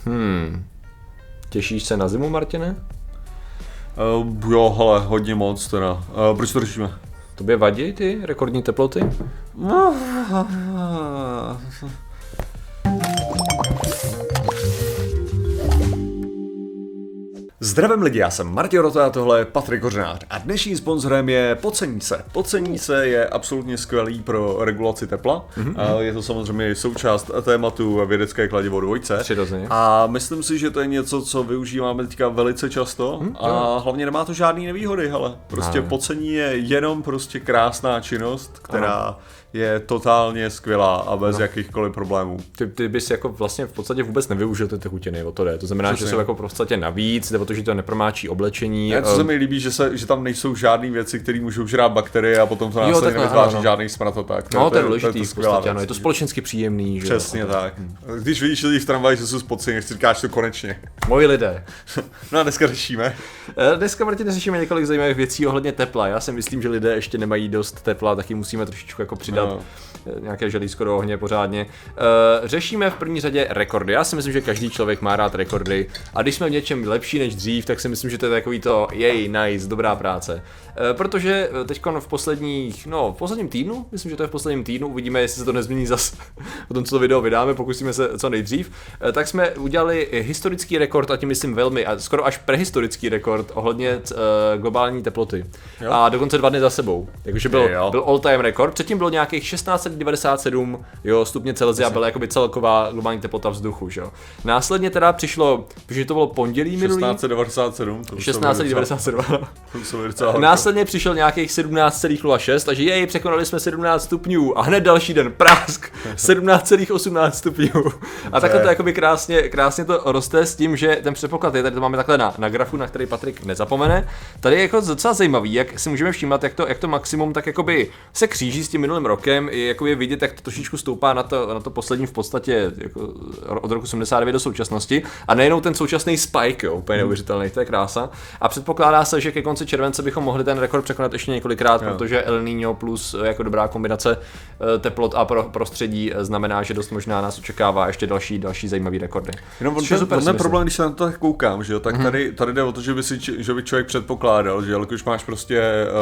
Těšíš se na zimu, Martine? Jo, hele, hodně moc teda. Proč to řešíme? Tobě vadí ty rekordní teploty? Zdravím lidi, já jsem Martin Rota a tohle je Patrik Kořenář a dnešním sponzorem je Podceníce. Podceníce je absolutně skvělý pro regulaci tepla. Je to samozřejmě součást tématu vědecké kladivo dvojce. Přirozeně. A myslím si, že to je něco, co využíváme teďka velice často a hlavně nemá to žádný nevýhody, hele. Prostě Podcení je jenom prostě krásná činnost, která je totálně skvělá a bez jakýchkoliv problémů. Ty bys jako vlastně v podstatě vůbec nevyužil ty tekutiny, o to jde. To znamená, že jsou jako v podstatě navíc, nebo to, že to nepromáčí oblečení. Co se mi líbí, že tam nejsou žádné věci, které můžou žrát bakterie a potom to následně nevytváří žádný smrad a tak. To je důležitý v podstatě, ano. Je to společensky příjemný. Že? Přesně tak. Když vidíš lidi v tramvaji, že jsou spocení, si říkáš to konečně. Moji lidé. No a dneska řešíme. Dneska, Martin, řešíme několik zajímavých věcí ohledně tepla. Já si myslím, že lidé ještě nemají dost tepla, taky musíme trošičku jako přidat nějaké želízko do ohně pořádně. Řešíme v první řadě rekordy. Já si myslím, že každý člověk má rád rekordy. A když jsme v něčem lepší než dřív, tak si myslím, že to je takový to nice, dobrá práce. Protože teď v posledním týdnu, myslím, že to je v posledním týdnu, uvidíme, jestli se to nezmění zas o tom, co to video vydáme, pokusíme se co nejdřív, tak jsme udělali historický rekord, a tím myslím velmi, a skoro až prehistorický rekord ohledně globální teploty. Jo? A dokonce 2 dny za sebou. Takže byl all-time rekord, předtím bylo nějakých 1697 stupně Celsia, byla jakoby celková globální teplota vzduchu. Že? Následně teda přišlo, protože to bylo pondělí minulý. 1697. Následně přišel nějakých 17,06, takže překonali jsme 17 stupňů a hned další den prásk 17,18 stupňů. A takhle to jakoby krásně to roste s tím, že ten předpoklad je, tady to máme takhle na grafu, na který Patrik nezapomene. Tady je jako docela zajímavý, jak si můžeme všímat, jak to maximum tak jakoby se kříží s tím minulým rokem, je vidět, jak to trošičku stoupá na to poslední v podstatě jako od roku 79 do současnosti a nejenom ten současný spike, úplně neuvěřitelný, to je krása. A předpokládá se, že ke konci července bychom mohli ten rekord překonat ještě několikrát, protože El Niño plus jako dobrá kombinace teplot a prostředí znamená, že dost možná nás očekává ještě další zajímavý rekordy. Jenom ten problém, když se na to tak koukám, že jo, tak tady jde o to, že by člověk předpokládal, že jelikož máš prostě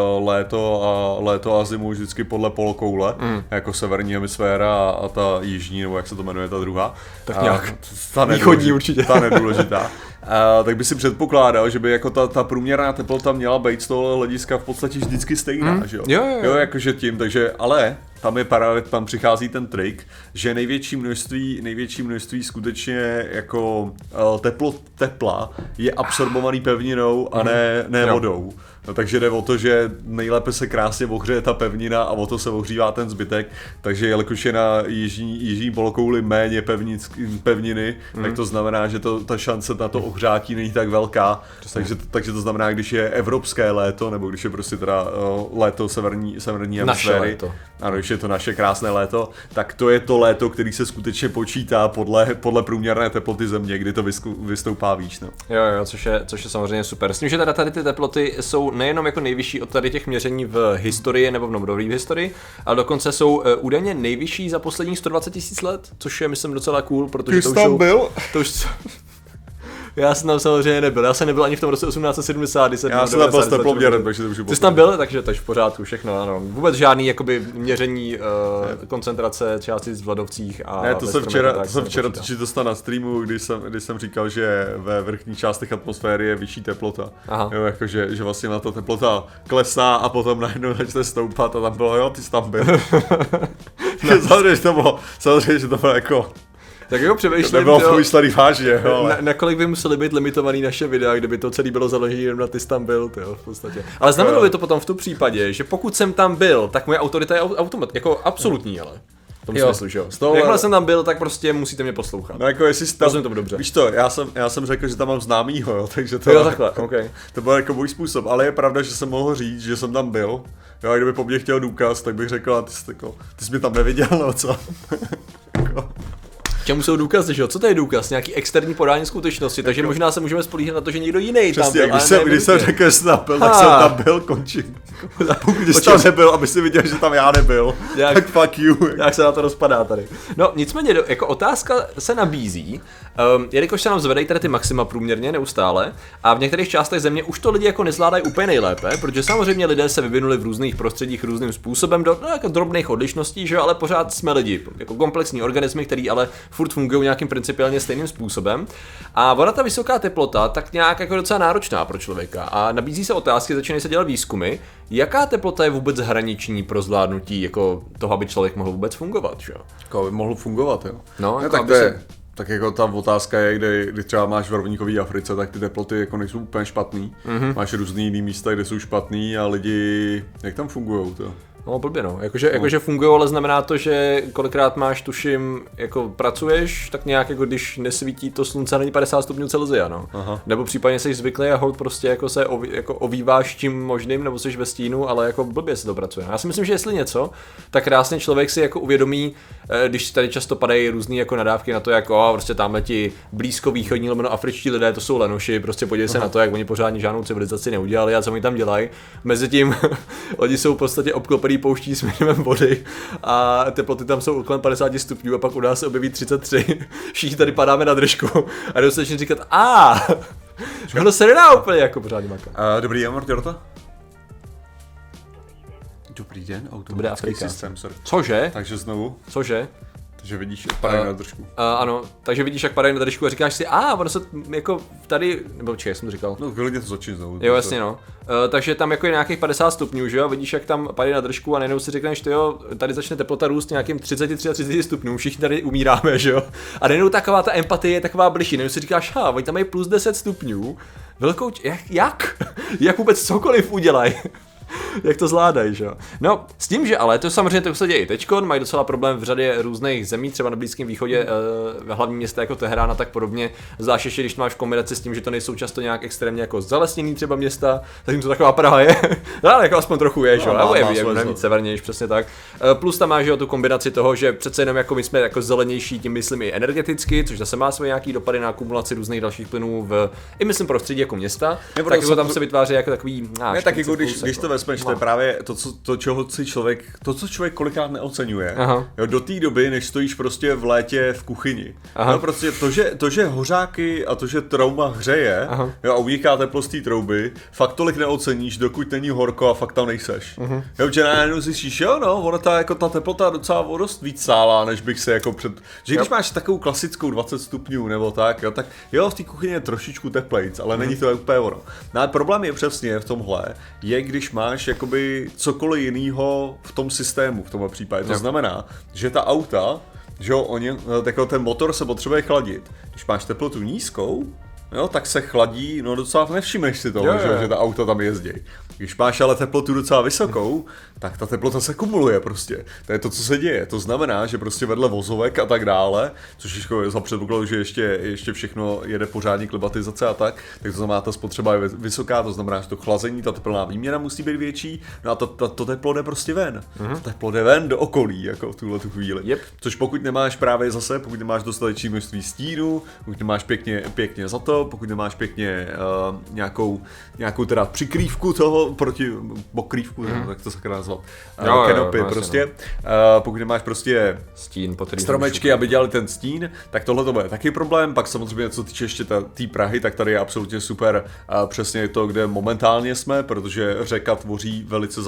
léto a zimu vždycky podle polokoule, jako severní hemisféra a ta jižní, nebo jak se to jmenuje, ta druhá. Tak nějak. Východní určitě. Ta nedůležitá. Tak by si předpokládal, že by jako ta průměrná teplota měla být z toho hlediska v podstatě vždycky stejná, že jo? Jo, jakože tím, takže, ale tam přichází ten trik, že největší množství skutečně jako tepla je absorbovaný pevninou a ne vodou. No, takže jde o to, že nejlépe se krásně ohřeje ta pevnina a o to se ohřívá ten zbytek, takže jelikož je na jižní polokouli méně pevniny, tak to znamená, že ta šance na to ohřátí není tak velká, takže to znamená, když je evropské léto, nebo když je prostě teda léto severní hemisféry, ano, když je to naše krásné léto, tak to je to léto, který se skutečně počítá podle průměrné teploty země, kdy to vystoupá výš. No. Jo, což je samozřejmě super. S tím, že teda tady ty teploty jsou nejenom jako nejvyšší od tady těch měření v historii nebo v novodobé historii, ale dokonce jsou údajně nejvyšší za posledních 120 000 let, což je myslím docela cool, protože to už já jsem tam samozřejmě nebyl, já jsem nebyl ani v tom roce 1870, já jsem tam byl s teploměrem, takže to už je ty jsi tam byl, takže v pořádku, všechno, ano. Vůbec žádný jakoby měření koncentrace částic v ledovcích a ne, to jsem včera dostal na streamu, když jsem říkal, že ve vrchních částech atmosféry je vyšší teplota. Jo, jakože že vlastně na to teplota klesá a potom najednou začne stoupat a tam bylo, ty jsi tam byl. Samozřejmě, že to bylo jako tak jako přemýšlím, nebylo pomyšlený vážně, nakolik by museli být limitovaný naše videa, kdyby to celé bylo založené jenom na ty jsi tam byl, v podstatě. Ale znamenalo by to potom v tom případě, že pokud jsem tam byl, tak moje autorita je jako absolutní, ale v tom smyslu, že jo. Jakmile jsem tam byl, tak prostě musíte mě poslouchat. No jako jestli jsi tam, to dobře. Víš to, já jsem řekl, že tam mám známýho, jo, takže to takhle, okay. To byl jako můj způsob, ale je pravda, že jsem mohl říct, že jsem tam byl. Jo, a kdyby po mně chtěl důkaz, tak bych řekl, ty jsi mě tam neviděl, no co? čemu jsou důkazy, že jo? Co to je důkaz? Nějaký externí podání skutečnosti, takže možná se můžeme spolíhat na to, že někdo jiný tam byl. Když jsem řekl, že jsi tam byl, tak jsem tam byl, končím. Když jsi tam nebyl, aby si viděl, že tam já nebyl, tak fuck you. Jak se na to rozpadá tady. No nicméně, jako otázka se nabízí, jelikož se nám zvedají tady ty maxima průměrně neustále a v některých částech země už to lidi jako nezvládají úplně nejlépe, protože samozřejmě lidé se vyvinuli v různých prostředích různým způsobem do jako drobných odlišností, že jo, ale pořád jsme lidi, jako komplexní organismy, který ale furt fungují nějakým principiálně stejným způsobem. A ona ta vysoká teplota tak nějak jako docela náročná pro člověka a nabízí se otázky, začínají se dělat výzkumy, jaká teplota je vůbec hraniční pro zvládnutí jako toho, aby člověk mohl vůbec fungovat, že jo? Jako aby mohl fungovat, jo. No, jako tak to je. Tak jako ta otázka je, kdy třeba máš v rovníkové Africe, tak ty teploty jako nejsou úplně špatný. Máš různý jiný místa, kde jsou špatný a lidi, jak tam fungujou to? No blbě no, jakože fungují, ale znamená to, že kolikrát máš, tuším, jako pracuješ, tak nějak jako když nesvítí to slunce není 50 stupňů Celsia, no. Aha. Nebo případně jsi zvyklý a hold prostě jako se jako ovýváš tím možným, nebo jsi ve stínu, ale jako blbě se to pracuje. Já si myslím, že jestli něco, tak krásně člověk si jako uvědomí, když tady často padají různý jako nadávky na to, jako prostě tamhle ti blízkovýchodní lomeno afričtí lidé, to jsou lenoši, prostě podívej se na to, jak oni pořádně žádnou civilizaci neudělali a co oni tam dělají. Mezitím oni jsou v podstatě obklopený pouští s minimem vody a teploty tam jsou kolem 50 stupňů a pak u nás se objeví 33. Všichni tady padáme na držku a dostatečně říkat ono se nedá úplně jako pořádně makat. Dobrý den, Martyrota. Dobrý den, automatický systém, sorry. Cože? Takže znovu. Cože? Takže vidíš, jak padají na držku. Ano, takže vidíš, jak padají na držku a říkáš si, ono se jako tady, nebo čekaj, jsem to říkal. No, klidně to začíná znovu. Jo, jasně no. Takže tam jako je nějakých 50 stupňů, že jo, vidíš, jak tam padají na držku a najednou si řekneš, tady začne teplota růst nějakým 33 stupňů, všichni tady umíráme, že jo. A najednou taková ta empatie je taková bližší, najednou si říkáš, oni tam mají plus 10 stupňů, velkou, jak vůbec cokoliv udělají. Jak to zvládají, že jo? No, s tím, že ale to samozřejmě to se děje i teďkon, mají docela problém v řadě různých zemí, třeba na Blízkém východě, hlavní města jako Teherán a tak podobně, zvlášť ještě když to máš v kombinaci s tím, že to nejsou často nějak extrémně jako zalesněný třeba města, tak jim to taková Praha je, ale jako aspoň trochu je, že jo? No, je víc severnější, přesně tak. Plus tam máš, že jo, tu kombinaci toho, že přece jenom jako my jsme jako zelenější, tím myslím i energeticky, což zase má své nějaký dopady na akumulaci různých dalších plynů i myslím prostředí jako města, tak jako tam se vytváří jako takový tak jako když to vezmeš, to je právě to, co člověk kolikrát neoceňuje. Jo, do té doby, než stojíš prostě v létě v kuchyni. No, prostě to, že hořáky a to, že trauma hřeje, jo, a uniká teplo z té trouby, fakt tolik neoceníš, dokud není horko a fakt tam nejseš. Jo, že najednou zjistíš, ona ta teplota docela dost víc sálá, než bych se jako že když máš takovou klasickou 20 stupňů nebo tak v té kuchyni je trošičku teplejc, ale není to úplně ono. No, ale problém je přesně v tomhle, když máš jakoby cokoliv jinýho v tom systému v tomhle případě. To znamená, že ta auta, že ten motor se potřebuje chladit. Když máš teplotu nízkou, tak se chladí, docela nevšimneš si toho, že ta auta tam jezdí. Když máš ale teplotu docela vysokou, tak ta teplota se kumuluje prostě. To je to, co se děje. To znamená, že prostě vedle vozovek a tak dále, což je za předpokladu, že ještě všechno jede pořádně klimatizace a tak to znamená, ta spotřeba je vysoká, to znamená, že to chlazení, ta teplná výměna musí být větší, no a to teplo jde prostě ven. To teplo jde ven do okolí, jako v tuhle tu chvíli. Což pokud nemáš pokud nemáš dostatečné množství stínu, pokud nemáš pěkně za to, pokud nemáš pěkně nějakou teda přikrývku toho proti pokrývku, tak to se nazvat. Canopy prostě. Pokud nemáš prostě stín, stromečky, aby dělali ten stín, tak tohle to bude taky problém. Pak samozřejmě, co týče ještě té Prahy, tak tady je absolutně super přesně to, kde momentálně jsme, protože řeka tvoří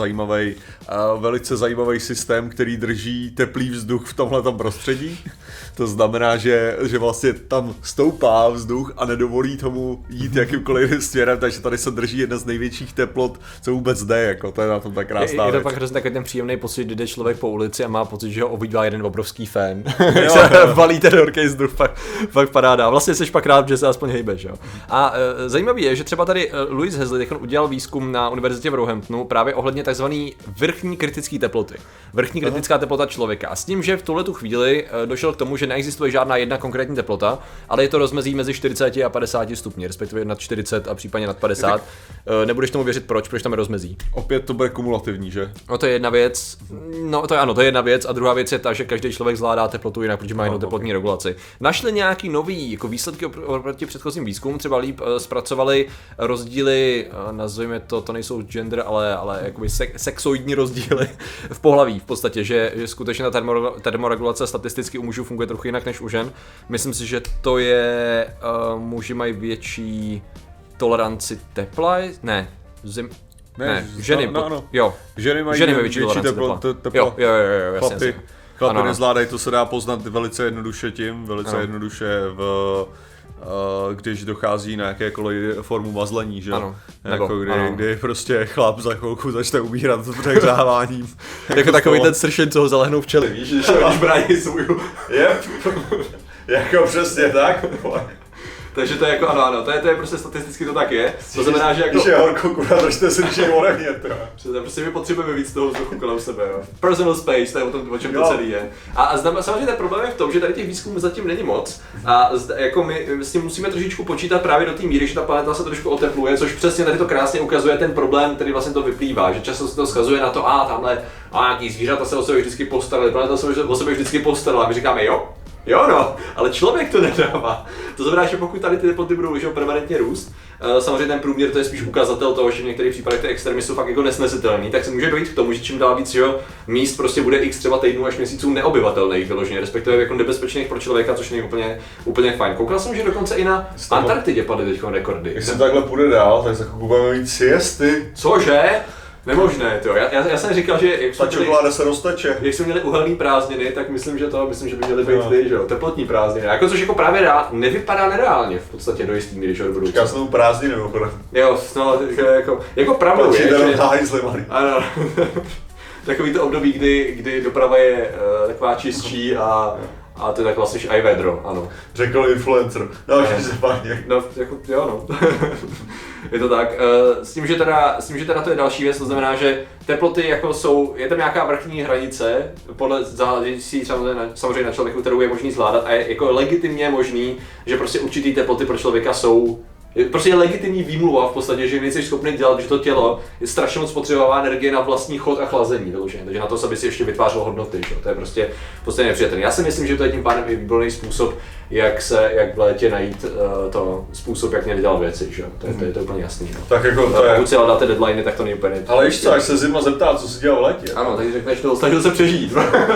velice zajímavý systém, který drží teplý vzduch v tomhletom prostředí. To znamená, že vlastně tam stoupá vzduch a nedovolí tomu jít jakýmkoliv směrem, takže tady se drží jedna z největších teplot, co vůbec jde, jako to je na tom tak krásná věc. Je to pak hrozně takový ten příjemný pocit, kdy jde člověk po ulici a má pocit, že ho ovývá jeden obrovský fén. Valí ten horký vzduch, fakt paráda. Vlastně jsi pak rád, že se aspoň hejbeš, jo. A zajímavý je, že třeba tady Louis Hazlitt udělal výzkum na univerzitě v Roehamptonu právě ohledně takzvaný vrchní kritické teploty. Vrchní kritická teplota člověka. A s tím, že v tuhletu chvíli došel k tomu, že neexistuje žádná jedna konkrétní teplota, ale je to rozmezí mezi 40 a 50 stupni, respektive nad 40 a případně nad 50. Nebudeš tomu věřit proč, protože jelikož tam je rozmezí. Opět to bude kumulativní, že? No to je jedna věc, no to je ano, to je jedna věc a druhá věc je ta, že každý člověk zvládá teplotu jinak, protože má jinou teplotní regulaci. Našli nějaký nový jako výsledky oproti předchozím výzkumům, třeba líp zpracovali rozdíly, nazveme to nejsou gender, ale jakoby sexoidní rozdíly v pohlaví v podstatě, že skutečně ta termoregulace statisticky u mužů funguje trochu jinak než u žen. Myslím si, že to je, muži mají větší toleranci tepla, ne, ženy, jo. Ženy mají větší teplo. Jo, jasně. Chlapi nezvládají, to se dá poznat velice jednoduše když dochází na jakékoliv formu mazlení, že? Ano. Jako kdy prostě chlap za chvilku začne umírat přehřáváním. Jako takový ten sršen, co ho zalehnou včely, víš, že brání svůj. Jako přesně tak. Takže to je jako ano, to je prostě statisticky to tak je. To znamená, že jako... Když je horko, kurva, držte si, když je odehněte. Prostě my potřebujeme víc toho vzduchu kolem sebe, jo. Personal space, to je o čem to celý je. A samozřejmě ten problém je v tom, že tady těch výzkumů zatím není moc. A jako my s tím musíme trošičku počítat právě do té míry, že ta planeta se trošku otepluje, což přesně tady to krásně ukazuje ten problém, který vlastně to vyplývá, že často se to schazuje na to, tamhle nějaký zvířata se o sebe vždycky postarali, planeta se o sebe vždycky postarala, a my říkáme Jo no, ale člověk to nedává. To znamená, že pokud tady ty teploty budou permanentně růst, samozřejmě ten průměr to je spíš ukazatel toho, že v některých případech ty extrémy jsou fakt jako nesnesitelný, tak se může dojít k tomu, že čím dál víc míst prostě bude x třeba týdnů až měsíců neobyvatelných vyloženě, respektive jako nebezpečných pro člověka, což není úplně fajn. Koukal jsem, že dokonce i na Antarktidě padly teď rekordy. Když se takhle půjde dál, tak za chvilku budeme mít siesty. Cože? Nemožné, to. Já jsem říkal, že ta čokoláda se rozteče. Jak jsme měli uhelný prázdniny, tak myslím, že by měly být ty, že jo, teplotní prázdniny. Jako což jako právě nevypadá nereálně v podstatě do jistý míry, že do budoucna. Říká se tomu prázdniny, jo, no, jako pravdou je, že... Ano. Takový to období, kdy doprava je taková čistší a to je tak vlastně i vedro, ano. Řekl influencer. No, každopádně. No, jako, jo no. Je to tak. S tím, že teda to je další věc, to znamená, že teploty jako je tam nějaká vrchní hranice, podle záleží samozřejmě na člověku, kterou je možný zvládat a je jako legitimně možný, že prostě určitý teploty pro člověka jsou prostě je legitimní výmluva v podstatě, že nejsi schopný dělat, že to tělo je strašně moc spotřebová energie na vlastní chod a chlazení, takže na to, aby si ještě vytvářelo hodnoty, že? To je prostě v podstatě nepřijatelné. Já si myslím, že to je tím pádem i výborný způsob, jak v létě najít způsob, jak dělat věci, že? To je to úplně jasný. No. Tak jako to pokud si dáte deadliny, tak to není úplně. Ale víš co, až se zima zeptá, co si dělal v létě. Ano, tak řekneš to, snažil se přežít.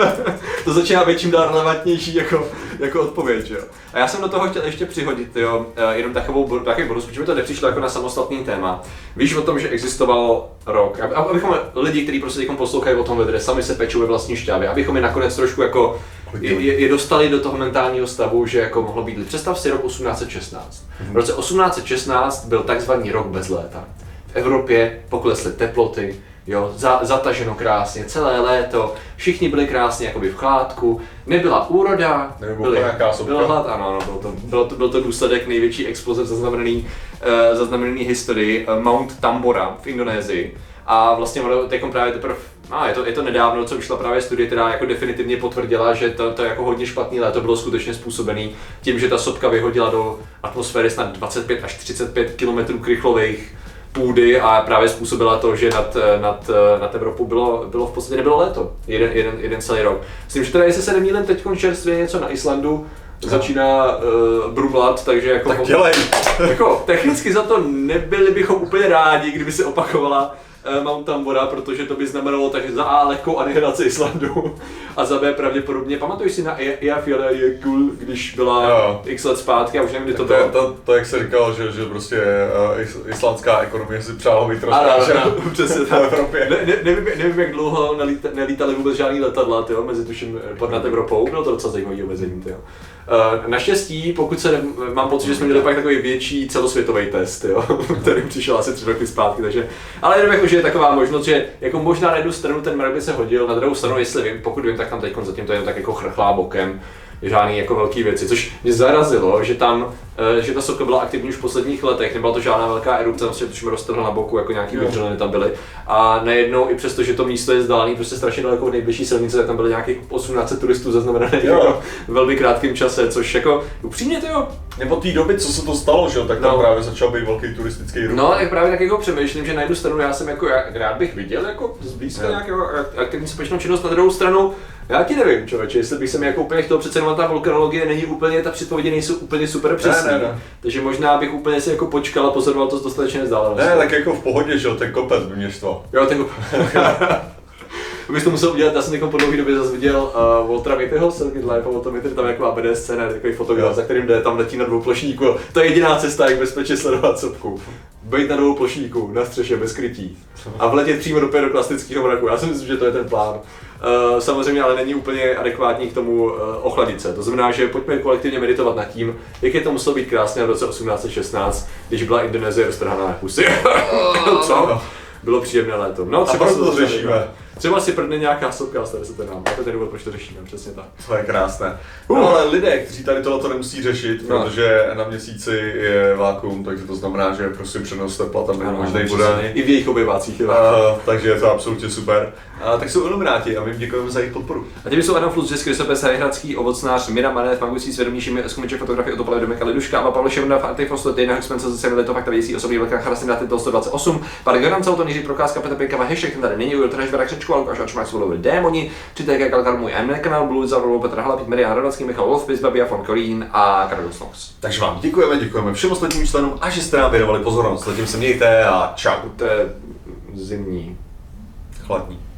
To začíná být čím dál relevantnější jako odpověď, jo. A já jsem do toho chtěl ještě přihodit, jenom takový bonus, protože mi to nepřišlo jako na samostatný téma. Víš o tom, že existoval rok, abychom lidi, kteří prostě teď poslouchají o tom vedre, sami se pečou ve vlastní šťávě, abychom je nakonec trošku jako je dostali do toho mentálního stavu, že jako mohlo být. Představ si rok 1816. V roce 1816 byl takzvaný rok bez léta. V Evropě poklesly teploty, jo, zataženo krásně, celé léto, všichni byli krásně jakoby v chládku, nebyla úroda, byl hlad, ano, byl to důsledek největší exploze zaznamenaný historii Mount Tambora v Indonésii. A vlastně teďkom právě teprve, je to nedávno, co vyšla právě studie, která jako definitivně potvrdila, že to jako hodně špatný léto bylo skutečně způsobený tím, že ta sopka vyhodila do atmosféry snad 25 až 35 km krychlových půdy a právě způsobila to, že nad Evropou bylo v podstatě nebylo léto, jeden celý rok. S tím, že teda jestli se nemýlím, teďkon čerstvě něco na Islandu začíná brumlat, takže jako... Tak dělej! Jako technicky za to nebyli bychom úplně rádi, kdyby se opakovala Mount Tambora, protože to by znamenalo takže za A lehkou anihilaci Islandu a za B pravděpodobně. Pamatuješ si na Eyjafjallajökull, když byla x let zpátky, a už nevím, kdy to bylo. To jak se říkal, že prostě islandská ekonomie si přála být rozkážena v Evropě. Nevím, jak dlouho nelítali vůbec žádný letadla, mezi tuším nad Evropou, bylo to docela zajímavý omezení. Naštěstí, mám pocit, že jsme měli pak takový větší celosvětový test, který přišel asi 3 roky zpátky, takže, ale jenom jako, že je taková možnost, že jako možná na jednu stranu ten mrak by se hodil, na druhou stranu, pokud vím, tak tam teď zatím to je tak jako chrchlá bokem, žádný jako velký věci, což mě zarazilo, že tam, že ta sopka byla aktivní už v posledních letech, nebyla to žádná velká erupce, prostě tuším roztrhla na boku, jako nějaký vydřeliny tam byly. A najednou i přesto, že to místo je vzdálený, prostě strašně daleko od nejbližší silnice, tak tam byly nějakých 1800 turistů zaznamenaných jako v velmi krátkém čase, což jako upřímně to jo. Nebo té doby, co se to stalo, že jo, tak tam právě začal být velký turistický ruch. No, tak právě tak jako přemýšlím, že na jednu stranu já jsem jako rád bych viděl jako zblízka nějakou aktivní společnou činnost, na druhou stranu já ti nevím, člověče, jestli bych se mi jako úplně chtěl, přece jenom ta vulkanologie není úplně, ta předpovědi nejsou úplně super přesný. Ne. Takže možná bych úplně si jako počkal a pozoroval to z dostatečné vzdálenosti. Ne, tak jako v pohodě, že jo, ten kopec by mě štval. Jo, ten kopec. Bys to musel udělat, já jsem jako po dlouhé době zase viděl Waltera Mittyho, Circuit Life a Walter Mitty, tam jako BD scéna, takový fotograf, za kterým jde, tam letí na dvouplošníku. To je jediná cesta, jak bezpečně sledovat sopku. Být na dvouplošníku, na střeše, bez krytí. A vletět přímo do pyroklastického mraku. Já si myslím, že to je ten plán. Samozřejmě ale není úplně adekvátní k tomu ochladit se. To znamená, že pojďme kolektivně meditovat nad tím, jak je to muselo být krásné v roce 1816, když byla Indonésie roztrhaná na kusy. Co? Bylo příjemné léto. No, třeba to řešíme. Třeba si prdne nějaká sopka a stane se to nám. A to je ten důvod, proč to řešíme, přesně tak. To je krásné. No ale lidé, kteří tady tohleto nemusí řešit, protože na Měsíci je vákuum, takže to znamená, že prostě přenos tepla tam není možný bude. I v jejich obývácích je takže je to absolutně super. Tak jsou ilumináti a my jim děkujeme za jejich podporu. A těmi jsou Adam Flus, Český rysopis, Hradský, ovocnář, Mira Manet, Mangující svědomíšími, Zkumiček fotografie od Topolé Domek a Liduška, a Pavel Ševna, Arty Foslet, Dejna Huxpensa, zase Milito, Fakta věcí, osobní velká Charasina, Titel 128, Pár Garance, Auton, Jiří Procházka, Petr Pěnkava, hashtag ten tady není, Jurtra Hešvera, Křečku, Lukáš Ačmák, Svolovili Démoni, Čitek, Kalkar, můj M kanál, Blue, Zavrlo, Petr Hlapík, Marian Radocký, Michal Wolfpis, Babia von Kolín a Karel Snox. Takže vám děkujeme všem ostatním členům a že jste nám věnovali pozornost. Zatím se mějte a čau. To je zimní. Chladní.